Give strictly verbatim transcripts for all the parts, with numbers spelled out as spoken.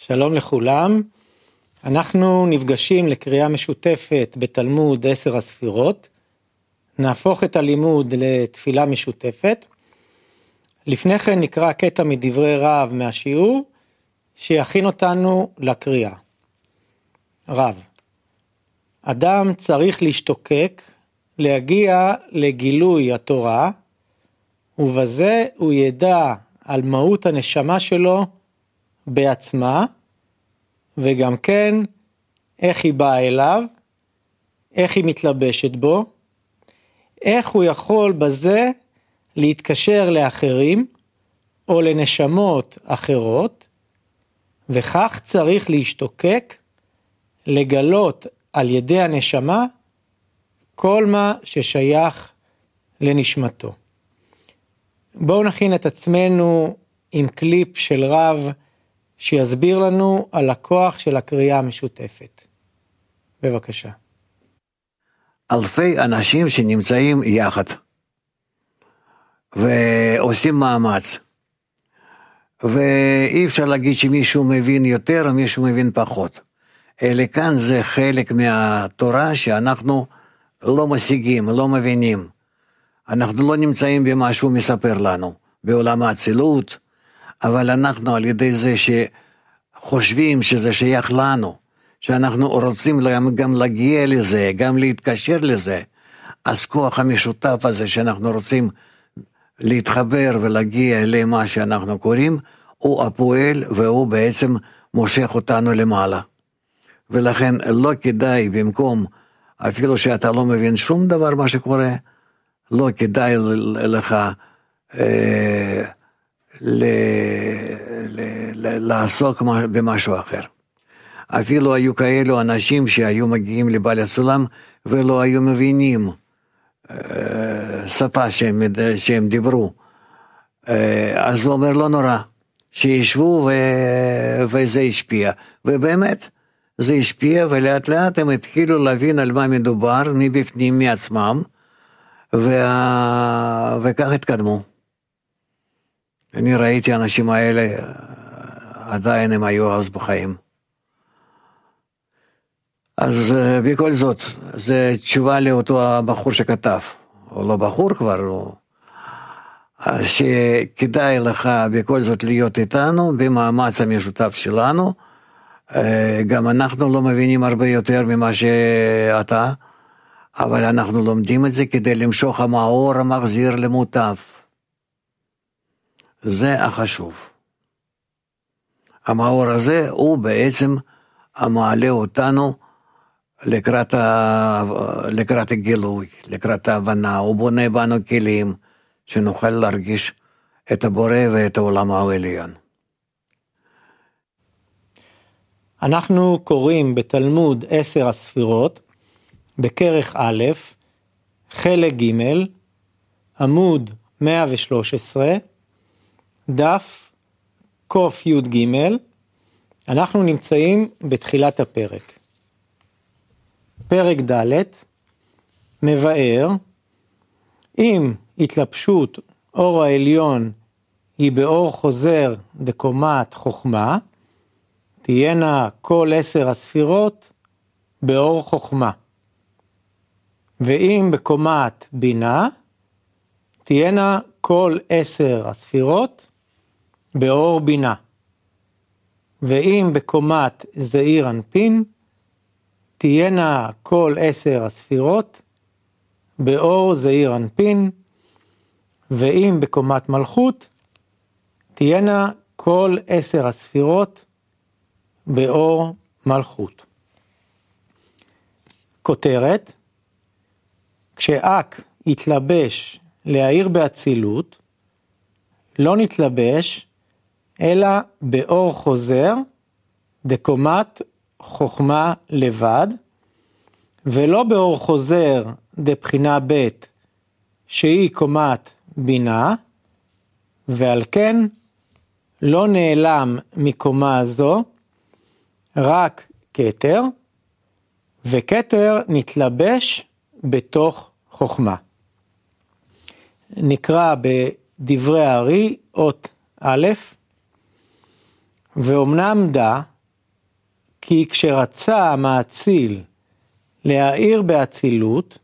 שלום לכולם, אנחנו נפגשים לקריאה משותפת בתלמוד עשר הספירות, נהפוך את הלימוד לתפילה משותפת, לפני כן נקרא קטע מדברי רב מהשיעור, שיכין אותנו לקריאה. רב, אדם צריך להשתוקק, להגיע לגילוי התורה, ובזה הוא ידע על מהות הנשמה שלו בעצמה, וגם כן איך היא באה אליו, איך היא מתלבשת בו, איך הוא יכול בזה להתקשר לאחרים או לנשמות אחרות, וכך צריך להשתוקק, לגלות על ידי הנשמה כל מה ששייך לנשמתו. בואו נכין את עצמנו עם קליפ של רב שיסביר לנו על הכוח של הקריאה המשותפת. בבקשה. אלפי אנשים שנמצאים יחד ועושים מאמץ, ואי אפשר להגיד שמישהו מבין יותר או מישהו מבין פחות, אלא כאן זה חלק מהתורה שאנחנו לא משיגים, לא מבינים. אנחנו לא נמצאים במה שהוא מספר לנו בעולם האצילות, אבל אנחנו על ידי זה שחושבים שזה שייך לנו, שאנחנו רוצים גם להגיע לזה, גם להתקשר לזה, אז כוח המשותף הזה שאנחנו רוצים להתחבר ולהגיע למה שאנחנו קוראים, הוא הפועל והוא בעצם מושך אותנו למעלה. ולכן לא כדאי במקום, אפילו שאתה לא מבין שום דבר מה שקורה, לא כדאי לך אה, ל, ל, ל, לעסוק במשהו אחר. אפילו היו כאלו אנשים שהיו מגיעים לבעל הסולם ולא היו מבינים אה, שפה שהם, שהם דיברו. אה, אז הוא אומר לא נורא, שישבו ו, וזה השפיע. ובאמת זה השפיע, ולאט לאט הם התחילו להבין על מה מדובר מבפנים מעצמם, וה... וכך התקדמו. אני ראיתי אנשים האלה, עדיין הם היו אז בחיים. אז בכל זאת, זה תשובה לאותו הבחור שכתב, או לא בחור כבר, או... שכדאי לך בכל זאת להיות איתנו, במאמץ המשותף שלנו, גם אנחנו לא מבינים הרבה יותר ממה שאתה, אבל אנחנו לומדים את זה כדי למשוך המאור המחזיר למוטב. זה החשוב. המאור הזה הוא בעצם המעלה אותנו לקראת, ה... לקראת הגילוי, לקראת ההבנה, הוא בונה בנו כלים שנוכל להרגיש את הבורא ואת העולם העליון. אנחנו קוראים בתלמוד עשר הספירות, בכרך א', חלק ג', עמוד מאה ושלוש עשרה, דף קוף י' ג', אנחנו נמצאים בתחילת הפרק. פרק ד' מבאר, אם התלבשות אור העליון היא באור חוזר דקומת חוכמה, תהיינה כל עשר הספירות באור חוכמה. ואם בקומת בינה, תהיינה כל עשר הספירות באור בינה. ואם בקומת זעיר אנפין, תהיינה כל עשר הספירות באור זעיר אנפין. ואם בקומת מלכות, תהיינה כל עשר הספירות באור מלכות. כותרת, כשאק יתלבש להאיר באצילות, לא נתלבש, אלא באור חוזר, דקומת חוכמה לבד, ולא באור חוזר דבחינה ב' שהיא קומת בינה, ועל כן לא נעלם מקומה זו, רק כתר, וכתר נתלבש בתוך חוכמה. נקרא בדברי הארי אות א', ואומנם דע כי כשרצה המאציל להאיר באצילות,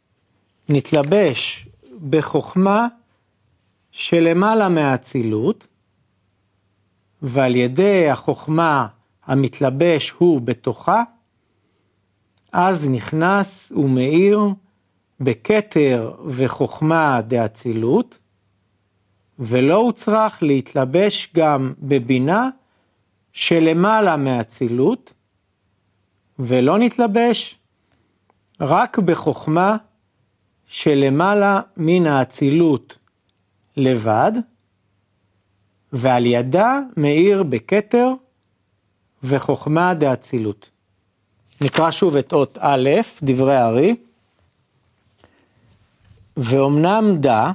נתלבש בחוכמה שלמעלה מהאצילות, ועל ידי החוכמה המתלבש הוא בתוכה, אז נכנס ומאיר בכתר וחוכמה דאצילות, ולא הוא צריך להתלבש גם בבינה שלמעלה מהאצילות, ולא נתלבש רק בחוכמה שלמעלה מן האצילות לבד, ועל ידה מאיר בכתר וחוכמה דאצילות. נקרא שוב את אות א', דברי הארי. ואומנם דע,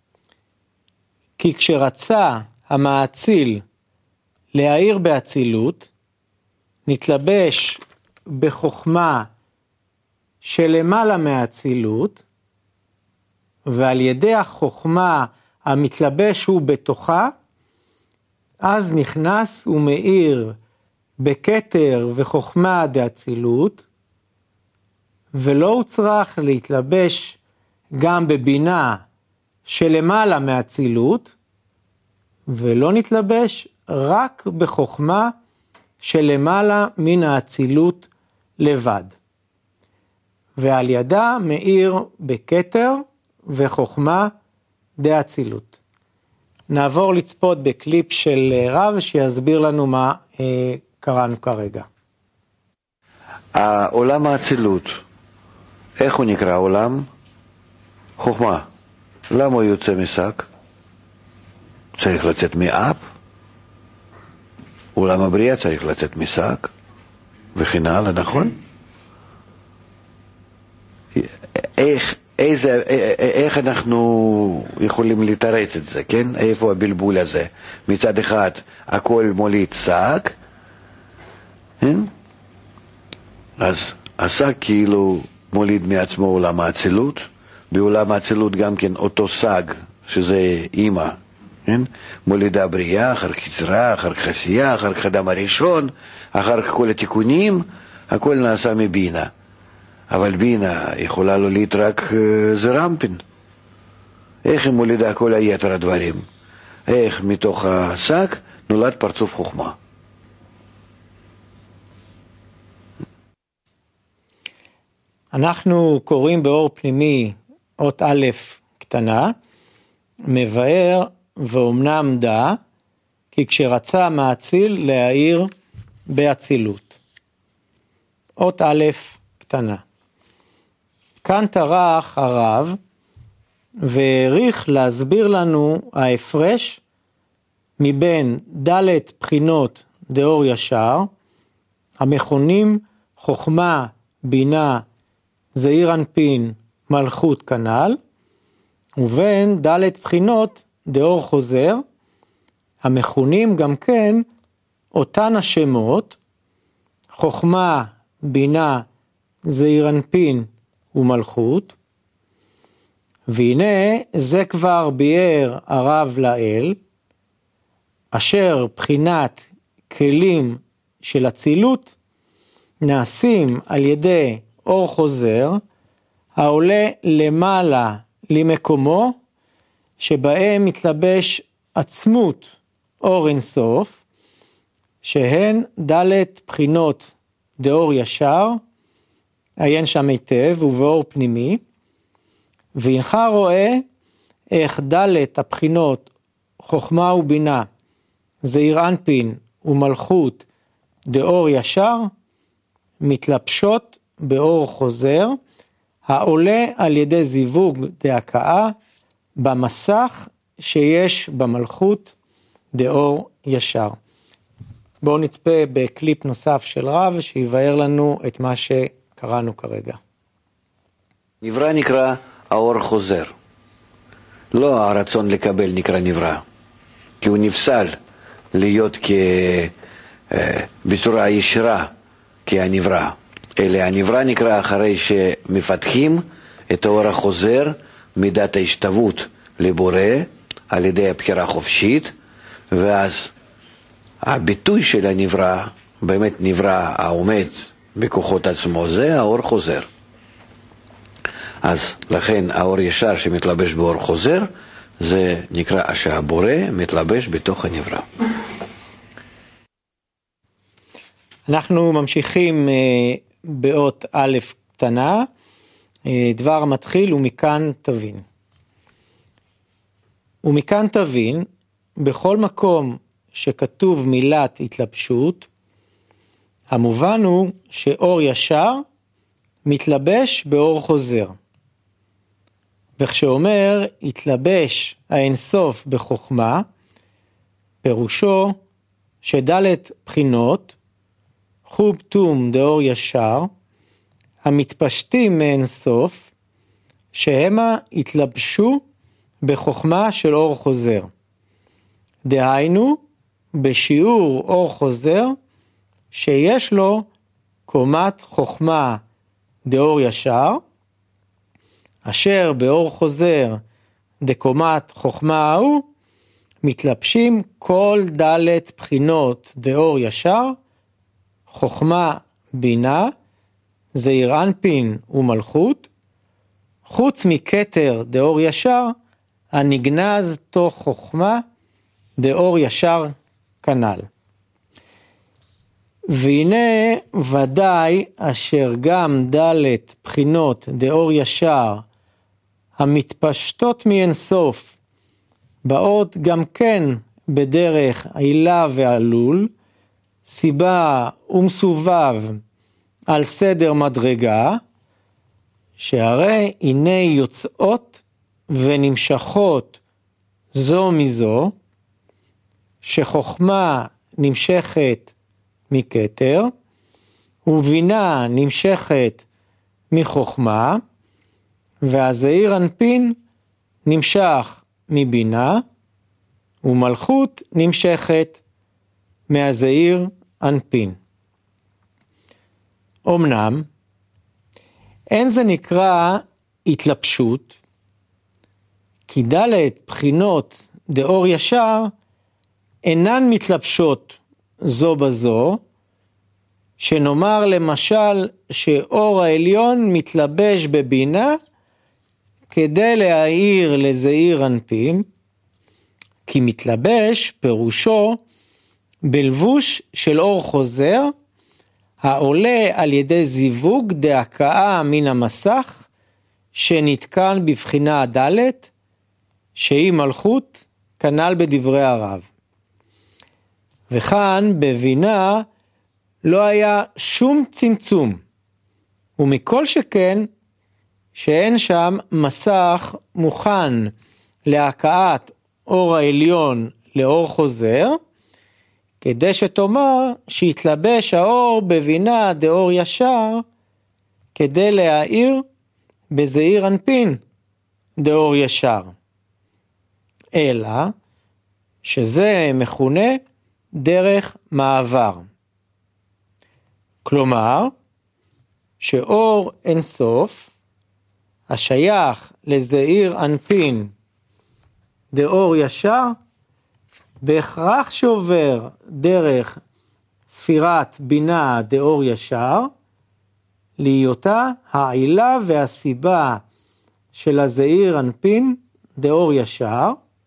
כי כשרצה המאציל להאיר באצילות, נתלבש בחוכמה שלמעלה מהאצילות, ועל ידי החוכמה המתלבש הוא בתוכה, אז נכנס ומאיר בכתר וחוכמה דאצילות, ולא הוא צריך להתלבש גם בבינה שלמעלה מהאצילות, ולא נתלבש רק בחוכמה שלמעלה מן האצילות לבד. ועל ידה מאיר בכתר וחוכמה דאצילות. נעבור לצפות בקליפ של רב שיסביר לנו מה אה, קראנו כרגע. העולם האצילות, איך הוא נקרא עולם? חוכמה. למה הוא יוצא משק? צריך לצאת מאפ. עולם הבריאה צריך לצאת משק, וכן הלאה, נכון? איך, איזה, איך אנחנו יכולים לתרץ את זה, כן? איפה הבלבול הזה? מצד אחד, הכל מוליד שק, כן? אז השק כאילו מוליד מעצמו עולם האצילות, בעולם האצילות גם כן אותו סג, שזה אימא, כן? מולידה בריאה, אחר כך יצירה, אחר כך עשייה, אחר כך אדם הראשון, אחר כך כל התיקונים, הכל נעשה מבינה. אבל בינה יכולה להוליד רק זרמפין. איך היא מולידה כל היתר הדברים? איך מתוך השק נולד פרצוף חוכמה? אנחנו קוראים באור פנימי אות א' קטנה, מבאר ואומנם דע, כי כשרצה המאציל להאיר באצילות. אות א' קטנה. כאן טרח הרב והעריך להסביר לנו ההפרש מבין ד' בחינות דאור ישר, המכונים חוכמה, בינה, זעיר אנפין, מלכות כנ"ל, ובין ד' בחינות דאור חוזר, המכונים גם כן אותן השמות, חוכמה, בינה, זעיר אנפין ומלכות, והנה זה כבר ביאר הרב לאל, אשר בחינת כלים של אצילות נעשים על ידי אור חוזר, העולה למעלה למקומו, שבהם מתלבש עצמות אור אינסוף, שהן ד' בחינות דאור ישר, עיין שם היטב ובאור פנימי, והנך רואה איך ד' הבחינות חוכמה ובינה, זעיר אנפין ומלכות דאור ישר, מתלבשות באור חוזר, העולה על ידי זיווג דהקאה, במסך שיש במלכות דאור ישר. בואו נצפה בקליפ נוסף של רב, שיבאר לנו את מה שקראנו כרגע. נברא נקרא האור חוזר. לא הרצון לקבל נקרא נברא, כי הוא נפסל להיות כ... בצורה ישירה כהנברא. אלא הנברא נקרא אחרי שמפתחים את האור החוזר, מידת ההשתוות לבורא, על ידי הבחירה חופשית, ואז הביטוי של הנברא באמת נברא העומד בכוחות עצמו, זה האור חוזר. אז לכן האור ישר שמתלבש באור חוזר, זה נקרא שהבורא מתלבש בתוך הנברא. אנחנו ממשיכים באות א' קטנה, דבר מתחיל ומכאן תבין. ומכאן תבין, בכל מקום שכתוב מילת התלבשות, המובן הוא שאור ישר מתלבש באור חוזר. וכשאומר התלבש האינסוף בחוכמה, פירושו שדלת בחינות, חוב תום דאור ישר, המתפשטים מאינסוף, שהמה התלבשו בחוכמה של אור חוזר. דהיינו, בשיעור אור חוזר, שיש לו קומת חוכמה דאור ישר, אשר באור חוזר דקומת חוכמה ההוא, מתלבשים כל דלת בחינות דאור ישר, חוכמה בינה, זעיר אנפין ומלכות, חוץ מכתר דאור ישר, הנגנז תוך חוכמה דאור ישר כנ"ל. והנה ודאי אשר גם דלת בחינות דאור ישר, המתפשטות מאינסוף, באות גם כן בדרך עילה ועלול, סיבה ומסובב על סדר מדרגה, שהרי הנה יוצאות ונמשכות זו מזו, שחוכמה נמשכת מכתר, ובינה נמשכת מחוכמה, והזעיר אנפין נמשך מבינה, ומלכות נמשכת מהזעיר אנפין. אמנם, אין זה נקרא התלבשות, כי דלת בחינות דאור ישר אינן מתלבשות זו בזו, שנאמר למשל שאור העליון מתלבש בבינה כדי להאיר לזעיר אנפין, כי מתלבש פירושו בלבוש של אור חוזר, העולה על ידי זיווג דהקאה מן המסך, שנתקן בבחינה הדלת, שהיא מלכות, כנ"ל בדברי הרב. וכאן בבינה לא היה שום צמצום, ומכל שכן שאין שם מסך מוכן להקאת אור העליון לאור חוזר, כדי שתאמר שהתלבש האור בבינה דאור ישר, כדי להאיר בזעיר אנפין דאור ישר. אלא שזה מכונה דרך מעבר. כלומר, שאור אינסוף, השייך לזעיר אנפין דאור ישר, בהכרח שעובר דרך ספירת בינה דאור ישר, להיותה העילה והסיבה של הזעיר אנפין דאור ישר,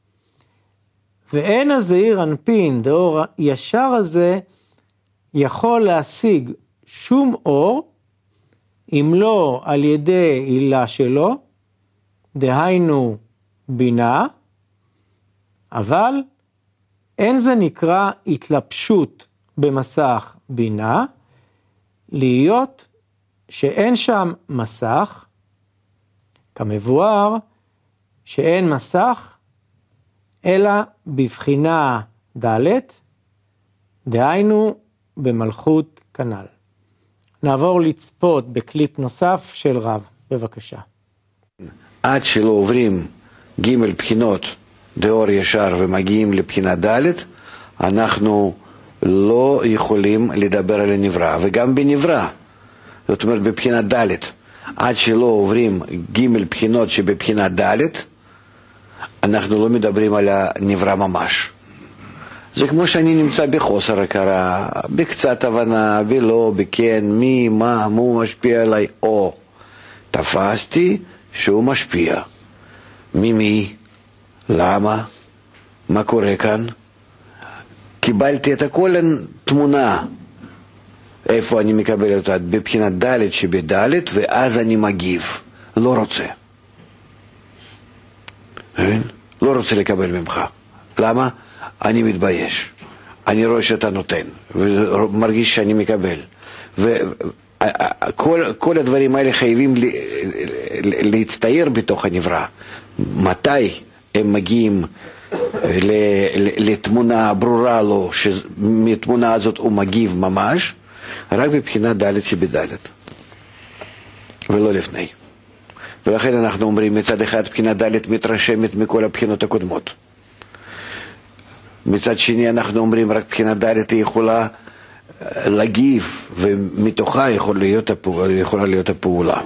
ואין הזעיר אנפין דאור ישר הזה יכול להשיג שום אור, אם לא על ידי עילה שלו, דהיינו בינה, אבל אין זה נקרא התלבשות במסך בינה, להיות שאין שם מסך, כמבואר שאין מסך, אלא בבחינה ד', דהיינו במלכות כנ"ל. נעבור לצפות בקליפ נוסף של רב, בבקשה. עד שלא עוברים ג' בחינות דאור ישר ומגיעים לבחינה ד', אנחנו לא יכולים לדבר על הנברא, וגם בנברא, זאת אומרת בבחינה ד', עד שלא עוברים ג' בחינות שבבחינה ד', אנחנו לא מדברים על הנברא ממש. זה כמו שאני נמצא בחוסר הכרה, בקצת הבנה, ולא, בכן, מי, מה, מה הוא משפיע עליי, או תפסתי שהוא משפיע. ממי? למה? מה קורה כאן? קיבלתי את הכל תמונה. איפה אני מקבל אותה? בבחינת ד' שבד', ואז אני מגיב. לא רוצה. לא רוצה לקבל ממך. למה? אני מתבייש. אני רואה שאתה נותן, ומרגיש שאני מקבל. וכל כל הדברים האלה חייבים להצטייר בתוך הנברא. מתי הם מגיעים לתמונה ברורה לו, שמתמונה הזאת הוא מגיב ממש, רק בבחינת ד' שבד', ולא לפני. ולכן אנחנו אומרים, מצד אחד בחינת ד' מתרשמת מכל הבחינות הקודמות. מצד שני אנחנו אומרים, רק בחינת ד' היא יכולה להגיב, ומתוכה יכול להיות הפעולה, יכולה להיות הפעולה.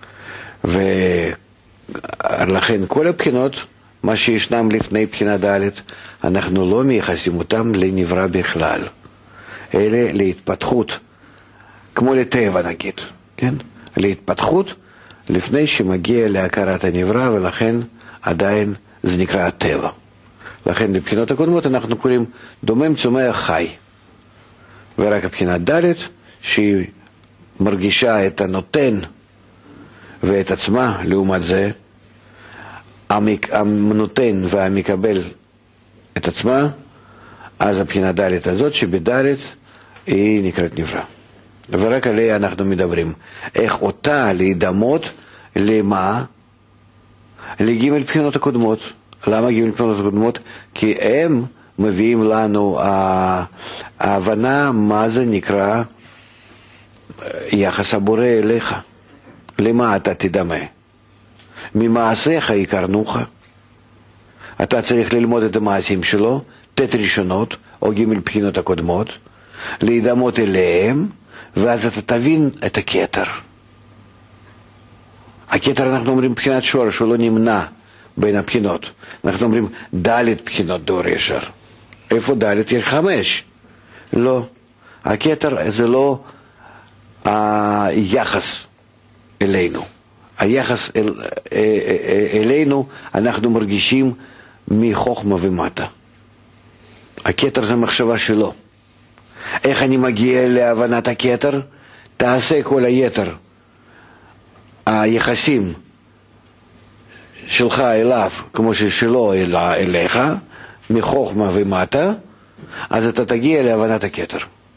ולכן כל הבחינות, מה שישנם לפני בחינת ד', אנחנו לא מייחסים אותם לנברא בכלל, אלא להתפתחות, כמו לטבע נגיד, כן? להתפתחות לפני שמגיע להכרת הנברא, ולכן עדיין זה נקרא הטבע. לכן בבחינות הקודמות אנחנו קוראים דומם צומח חי, ורק הבחינת ד' שהיא מרגישה את הנותן ואת עצמה, לעומת זה הנותן והמקבל את עצמה, אז הבחינת ד' הזאת שבד' היא נקראת נברא, ורק עליה אנחנו מדברים. איך אותה להידמות למה? לג' בחינות הקודמות. למה ג' בחינות הקודמות? כי הם מביאים לנו ההבנה מה זה נקרא יחס הבורא אליך. למה אתה תדמה? ממעשיך יקרנוך. אתה צריך ללמוד את המעשים שלו, תת ראשונות או ג' בחינות הקודמות, להידמות אליהם, ואז אתה תבין את הכתר. הכתר אנחנו אומרים בחינת שורש, הוא לא נמנע בין הבחינות. אנחנו אומרים ד' בחינות דור ישר. איפה ד'? יש חמש. לא. הכתר זה לא היחס אלינו. היחס אל, אלינו אנחנו מרגישים מחוכמה ומטה. הכתר זה מחשבה שלו. איך אני מגיע להבנת הכתר? תעשה כל היתר. היחסים שלך אליו, כמו ששלו אליך, מחוכמה ומטה, אז אתה תגיע להבנת הכתר.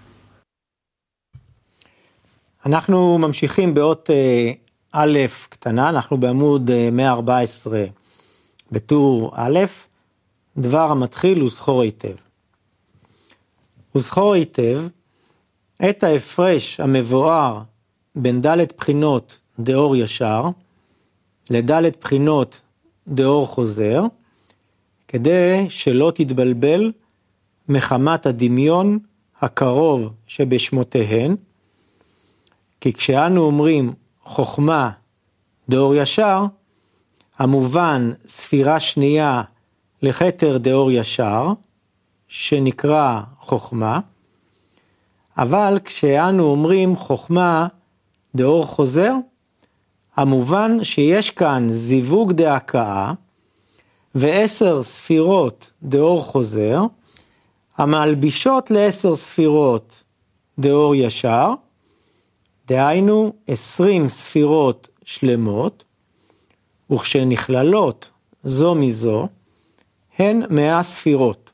אנחנו ממשיכים באות א' קטנה, אנחנו בעמוד מאה וארבע עשרה בטור א', דבר המתחיל וזכור היטב. וזכור היטב את ההפרש המבואר בין ד' בחינות דאור ישר לד' בחינות דאור חוזר, כדי שלא תתבלבל מחמת הדמיון הקרוב שבשמותיהן, כי כשאנו אומרים חוכמה דאור ישר, המובן ספירה שנייה לכתר דאור ישר, שנקרא חוכמה, אבל כשאנו אומרים חוכמה דאור חוזר, המובן שיש כאן זיווג דהקאה, ועשר ספירות דאור חוזר, המלבישות לעשר ספירות דאור ישר, דהיינו עשרים ספירות שלמות, וכשנכללות זו מזו, הן מאה ספירות,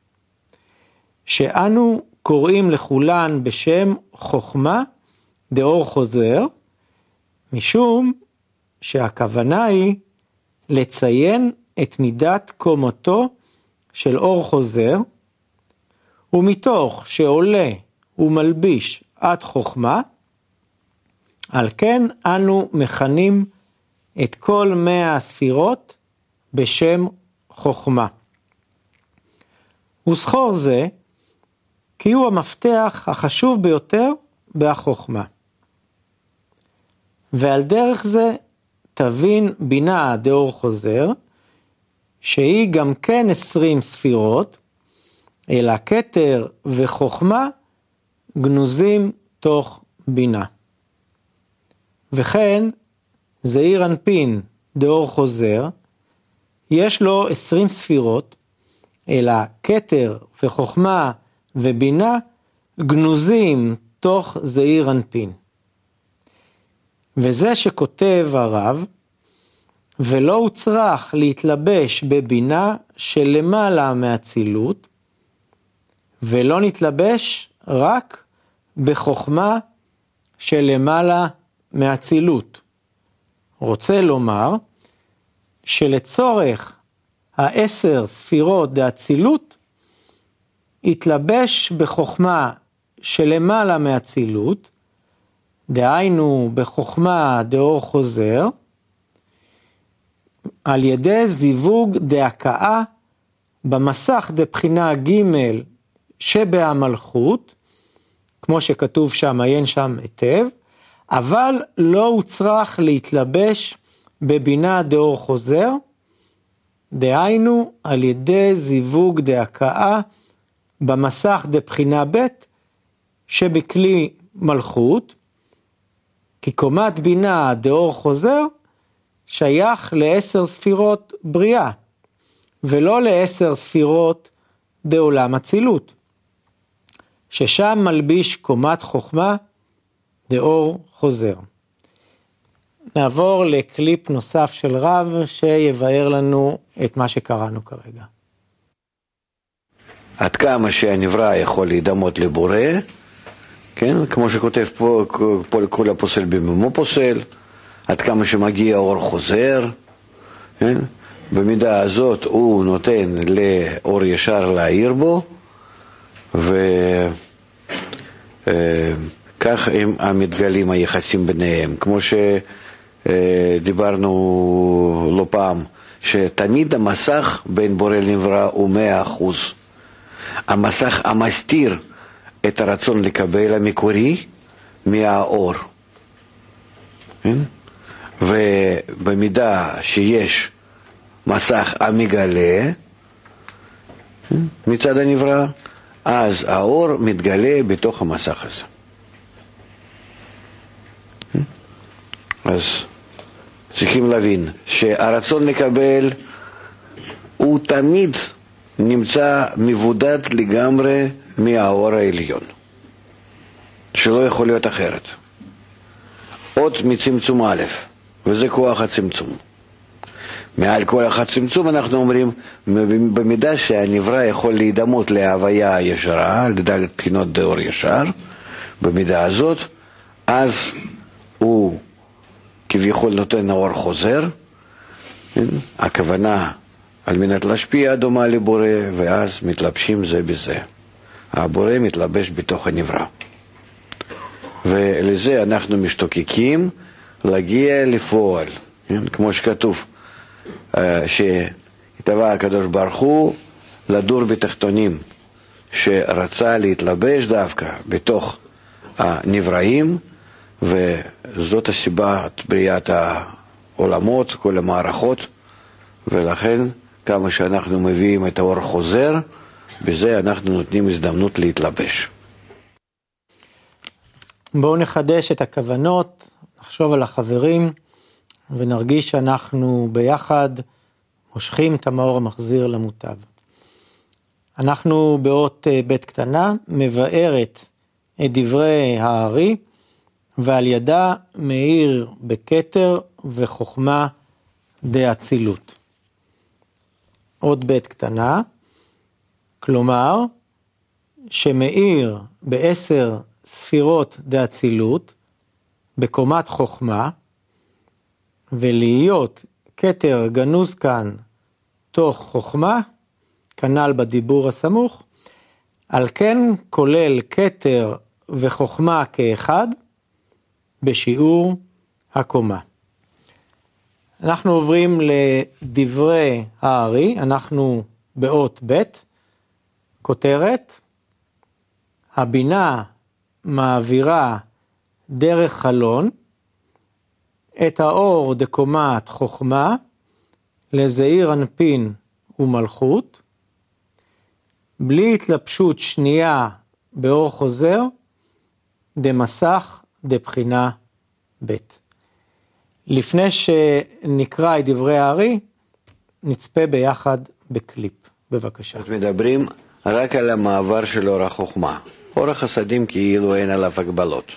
שאנו קוראים לכולן בשם חוכמה דאור חוזר, משום שהכוונה היא לציין את מידת קומתו של אור חוזר, ומתוך שעולה ומלביש עד חוכמה, על כן אנו מכנים את כל מאה הספירות בשם חוכמה. וזכור זה, כי הוא המפתח החשוב ביותר בחוכמה. ועל דרך זה תבין בינה דאור חוזר, שהיא גם כן עשרים ספירות, אלא כתר וחוכמה גנוזים תוך בינה. וכן, זעיר אנפין דאור חוזר, יש לו עשרים ספירות, אלא כתר וחוכמה ובינה גנוזים תוך זעיר אנפין. וזה שכותב הרב, ולא הוא צריך להתלבש בבינה שלמעלה מהצילות, ולא נתלבש רק בחוכמה שלמעלה מהצילות. רוצה לומר שלצורך העשר ספירות דאצילות, התלבש בחוכמה שלמעלה מהצילות, דהיינו בחוכמה דאור חוזר, על ידי זיווג דהקאה במסך דבחינה ג' שבהמלכות, כמו שכתוב שם, עיין שם היטב, אבל לא הוא צריך להתלבש בבינה דאור חוזר, דהיינו על ידי זיווג דהקאה במסך דבחינה ב' שבכלי מלכות, כי קומת בינה דאור חוזר שייך לעשר ספירות בריאה, ולא לעשר ספירות בעולם הצילות, ששם מלביש קומת חוכמה דאור חוזר. נעבור לקליפ נוסף של רב שיבאר לנו את מה שקראנו כרגע. עד כמה שהנברא יכול להידמות לבורא, כן? כמו שכותב פה, פה כל הפוסל בממו פוסל, עד כמה שמגיע אור חוזר, כן? במידה הזאת הוא נותן לאור ישר להעיר בו, וכך הם המתגלים היחסים ביניהם, כמו שדיברנו לא פעם, שתמיד המסך בין בורא לנברא הוא מאה אחוז. המסך המסתיר את הרצון לקבל המקורי מהאור, כן? ובמידה שיש מסך המגלה מצד הנברא, אז האור מתגלה בתוך המסך הזה. אז צריכים להבין שהרצון לקבל הוא תמיד נמצא מבודד לגמרי מהאור העליון, שלא יכול להיות אחרת. עוד מצמצום א', וזה כוח הצמצום. מעל כוח הצמצום אנחנו אומרים, במידה שהנברא יכול להידמות להוויה הישרה, לדלת בחינות דאור ישר, במידה הזאת, אז הוא כביכול נותן האור חוזר, הכוונה על מנת להשפיע דומה לבורא, ואז מתלבשים זה בזה. הבורא מתלבש בתוך הנברא. ולזה אנחנו משתוקקים להגיע לפועל, כמו שכתוב, שהתאווה הקדוש ברוך הוא לדור בתחתונים, שרצה להתלבש דווקא בתוך הנבראים, וזאת הסיבה בריאת העולמות, כל המערכות, ולכן כמה שאנחנו מביאים את האור חוזר, בזה אנחנו נותנים הזדמנות להתלבש. בואו נחדש את הכוונות, נחשוב על החברים, ונרגיש שאנחנו ביחד מושכים את המאור המחזיר למוטב. אנחנו באות בית קטנה מבארת את דברי הארי, ועל ידה מאיר בכתר וחוכמה דאצילות. עוד בית קטנה, כלומר שמאיר בעשר ספירות דאצילות בקומת חוכמה, ולהיות כתר גנוז כאן תוך חוכמה, כנ"ל בדיבור הסמוך, על כן כולל כתר וחוכמה כאחד בשיעור הקומה. אנחנו עוברים לדברי הארי, אנחנו באות ב', כותרת, הבינה מעבירה דרך חלון את האור דקומת חוכמה לזעיר אנפין ומלכות, בלי התלבשות שנייה באור חוזר, דמסך דבחינה ב'. לפני שנקרא את דברי הארי, נצפה ביחד בקליפ. בבקשה. מדברים רק על המעבר של אור החוכמה. אור החסדים כאילו אין עליו הגבלות.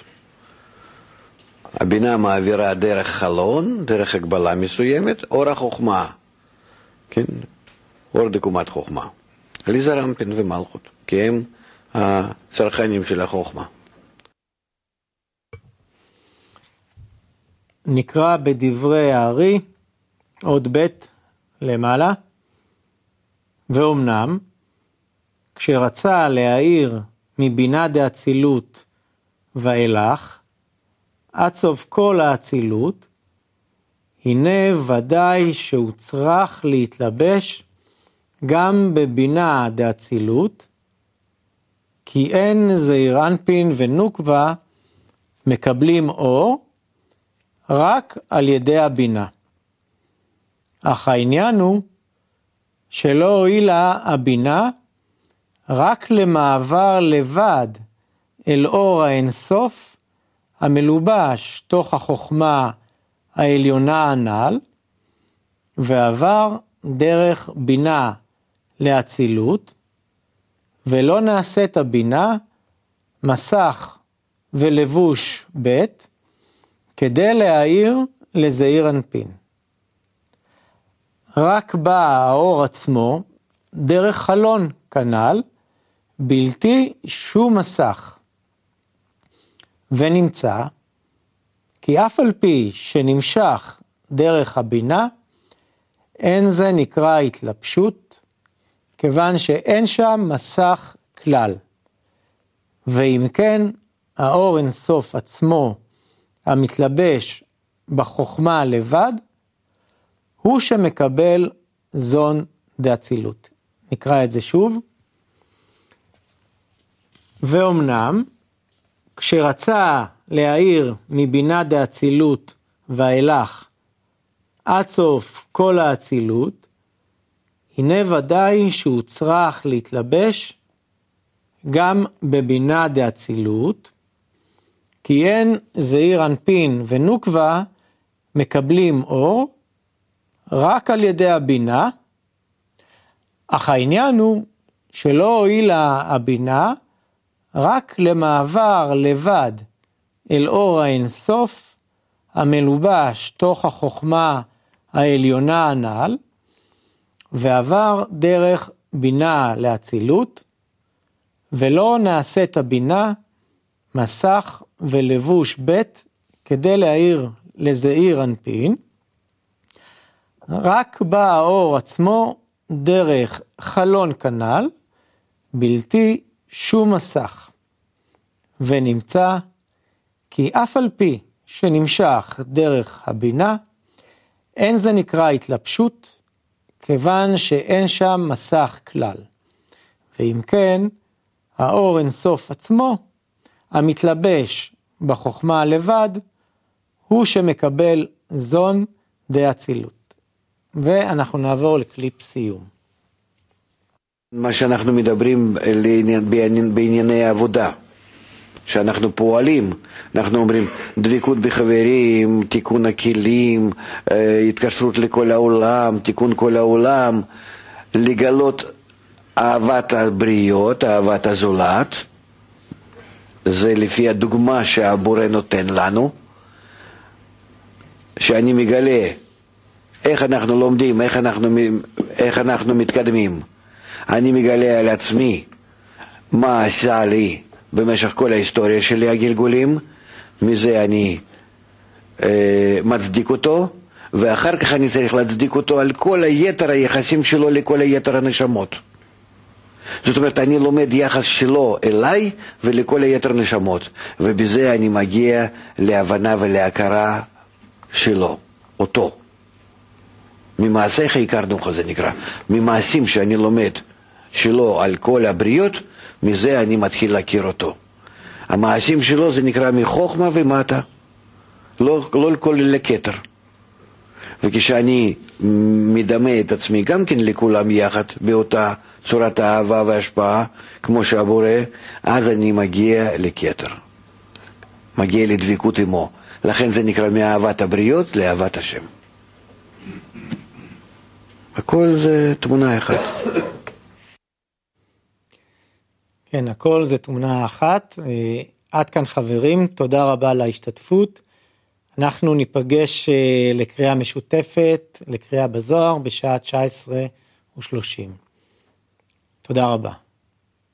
הבינה מעבירה דרך חלון, דרך הגבלה מסוימת, אור החוכמה, כן? אור דקומת חוכמה. עליזה רמפין ומלכות, כי הם הצרכנים של החוכמה. נקרא בדברי הארי, עוד ב' למעלה, ואומנם, כשרצה להאיר מבינה דאצילות ואילך, עד סוף כל האצילות, הנה ודאי שהוא צריך להתלבש גם בבינה דאצילות, כי אין זעיר אנפין ונוקבה מקבלים אור רק על ידי הבינה. אך העניין הוא שלא הועילה הבינה רק למעבר לבד אל אור האינסוף המלובש תוך החוכמה העליונה הנ"ל, ועבר דרך בינה לאצילות, ולא נעשית הבינה מסך ולבוש ב' כדי להאיר לזעיר אנפין. רק בא האור עצמו דרך חלון כנ"ל, בלתי שום מסך. ונמצא כי אף על פי שנמשך דרך הבינה, אין זה נקרא התלבשות, כיוון שאין שם מסך כלל. ואם כן, האור אינסוף עצמו, המתלבש בחוכמה לבד, הוא שמקבל זון דאצילות. נקרא את זה שוב. ואומנם, כשרצה להאיר מבינה דאצילות ואילך עד סוף כל האצילות, הנה ודאי שהוא צריך להתלבש גם בבינה דאצילות, כי אין זעיר אנפין ונוקבה מקבלים אור רק על ידי הבינה, אך העניין הוא שלא הועילה הבינה רק למעבר לבד אל אור האינסוף המלובש תוך החוכמה העליונה הנ"ל, ועבר דרך בינה לאצילות, ולא נעשית הבינה מסך ולבוש ב' כדי להאיר לזעיר אנפין, רק בא האור עצמו דרך חלון כנ"ל, בלתי שום מסך. ונמצא כי אף על פי שנמשך דרך הבינה, אין זה נקרא התלבשות, כיוון שאין שם מסך כלל. ואם כן, האור אינסוף עצמו, המתלבש בחוכמה לבד, הוא שמקבל זון דאצילות. ואנחנו נעבור לקליפ סיום. מה שאנחנו מדברים בענייני העבודה, שאנחנו פועלים, אנחנו אומרים דבקות בחברים, תיקון הכלים, התקשרות לכל העולם, תיקון כל העולם, לגלות אהבת הבריות, אהבת הזולת, זה לפי הדוגמה שהבורא נותן לנו, שאני מגלה איך אנחנו לומדים, איך אנחנו, איך אנחנו מתקדמים. אני מגלה על עצמי מה עשה לי במשך כל ההיסטוריה שלי הגלגולים, מזה אני אה, מצדיק אותו, ואחר כך אני צריך להצדיק אותו על כל היתר היחסים שלו לכל היתר הנשמות. זאת אומרת, אני לומד יחס שלו אליי ולכל היתר נשמות, ובזה אני מגיע להבנה ולהכרה שלו, אותו. ממעשיך הכרנוך, זה נקרא, ממעשים שאני לומד שלו על כל הבריות, מזה אני מתחיל להכיר אותו. המעשים שלו זה נקרא מחוכמה ומטה, לא, לא כל לכתר. וכשאני מדמה את עצמי גם כן לכולם יחד באותה צורת האהבה וההשפעה, כמו שהבורא, אז אני מגיע לכתר. מגיע לדבקות עמו. לכן זה נקרא מאהבת הבריות לאהבת השם. הכל זה תמונה אחת. כן, הכל זה תמונה אחת. עד כאן חברים, תודה רבה על ההשתתפות. אנחנו ניפגש לקריאה משותפת, לקריאה בזוהר, בשעה תשע עשרה ושלושים. תודה רבה.